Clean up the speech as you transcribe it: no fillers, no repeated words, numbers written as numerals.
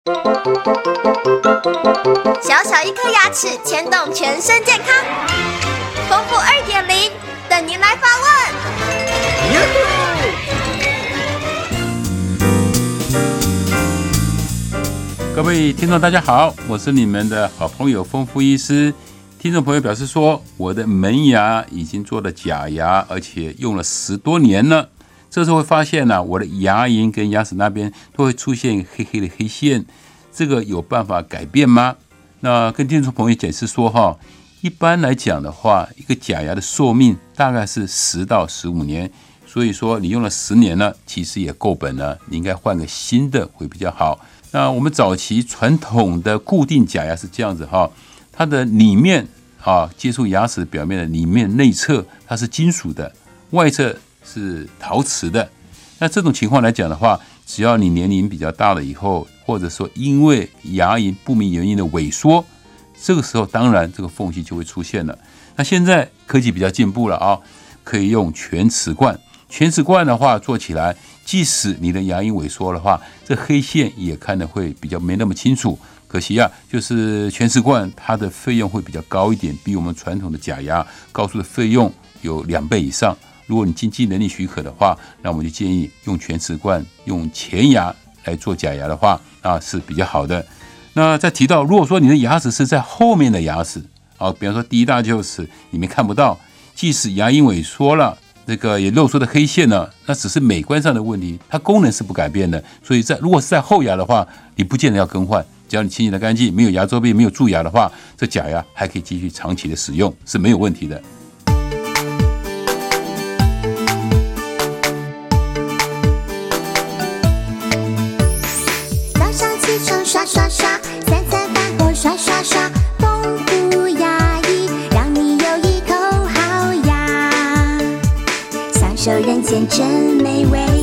小小一颗牙齿牵动全身健康，丰富2.0等您来发问。各位听众大家好，我是你们的好朋友丰富医师。听众朋友表示说，我的门牙已经做了假牙，而且用了10多年了。这时候会发现我的牙龈跟牙齿那边都会出现黑黑的黑线，这个有办法改变吗？那跟听众朋友解释说一般来讲的话，一个假牙的寿命大概是10到15年，所以说你用了10年了，其实也够本了，你应该换个新的会比较好。那我们早期传统的固定假牙是这样子它的里面接触牙齿表面的里面内侧它是金属的，外侧是陶瓷的。那这种情况来讲的话，只要你年龄比较大了以后，或者说因为牙龈不明原因的萎缩，这个时候当然这个缝隙就会出现了。那现在科技比较进步了可以用全瓷冠。全瓷冠的话做起来，即使你的牙龈萎缩的话，这黑线也看得会比较没那么清楚。可惜就是全瓷冠它的费用会比较高一点，比我们传统的假牙高出的费用有2倍以上。如果你经济能力许可的话，那我们就建议用全瓷冠，用前牙来做假牙的话，那是比较好的。那再提到，如果说你的牙齿是在后面的牙齿比方说第一大臼齿里面看不到，即使牙龈萎缩了，这个也露出的黑线呢，那只是美观上的问题，它功能是不改变的。所以如果是在后牙的话，你不见得要更换，只要你清洗的干净，没有牙周病，没有蛀牙的话，这假牙还可以继续长期的使用，是没有问题的。 早上起床刷刷刷，3餐饭后刷刷刷，丰富牙医让你有一口好牙，享受人间真美味。